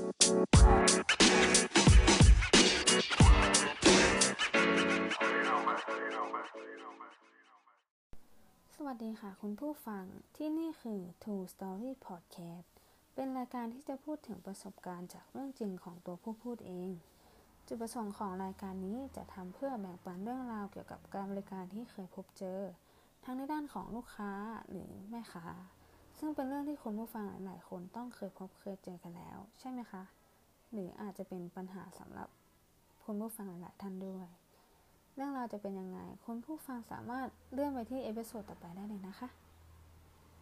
สวัสดีค่ะคุณผู้ฟังที่นี่คือ True Story Podcast เป็นรายการที่จะพูดถึงประสบการณ์จากเรื่องจริงของตัวผู้พูดเองจุดประสงค์ของรายการนี้จะทำเพื่อแบ่งปันเรื่องราวเกี่ยวกับการบริการที่เคยพบเจอทั้งในด้านของลูกค้าหรือแม่ค้าซึ่งเป็นเรื่องที่คุณผู้ฟังหลายๆคนต้องเคยพบเคยเจอกันแล้วใช่ไหมคะหรืออาจจะเป็นปัญหาสำหรับคุณผู้ฟังหลายๆท่านด้วยเรื่องราวจะเป็นยังไงคุณผู้ฟังสามารถเลื่อนไปที่เอพิโซดต่อไปได้เลยนะคะ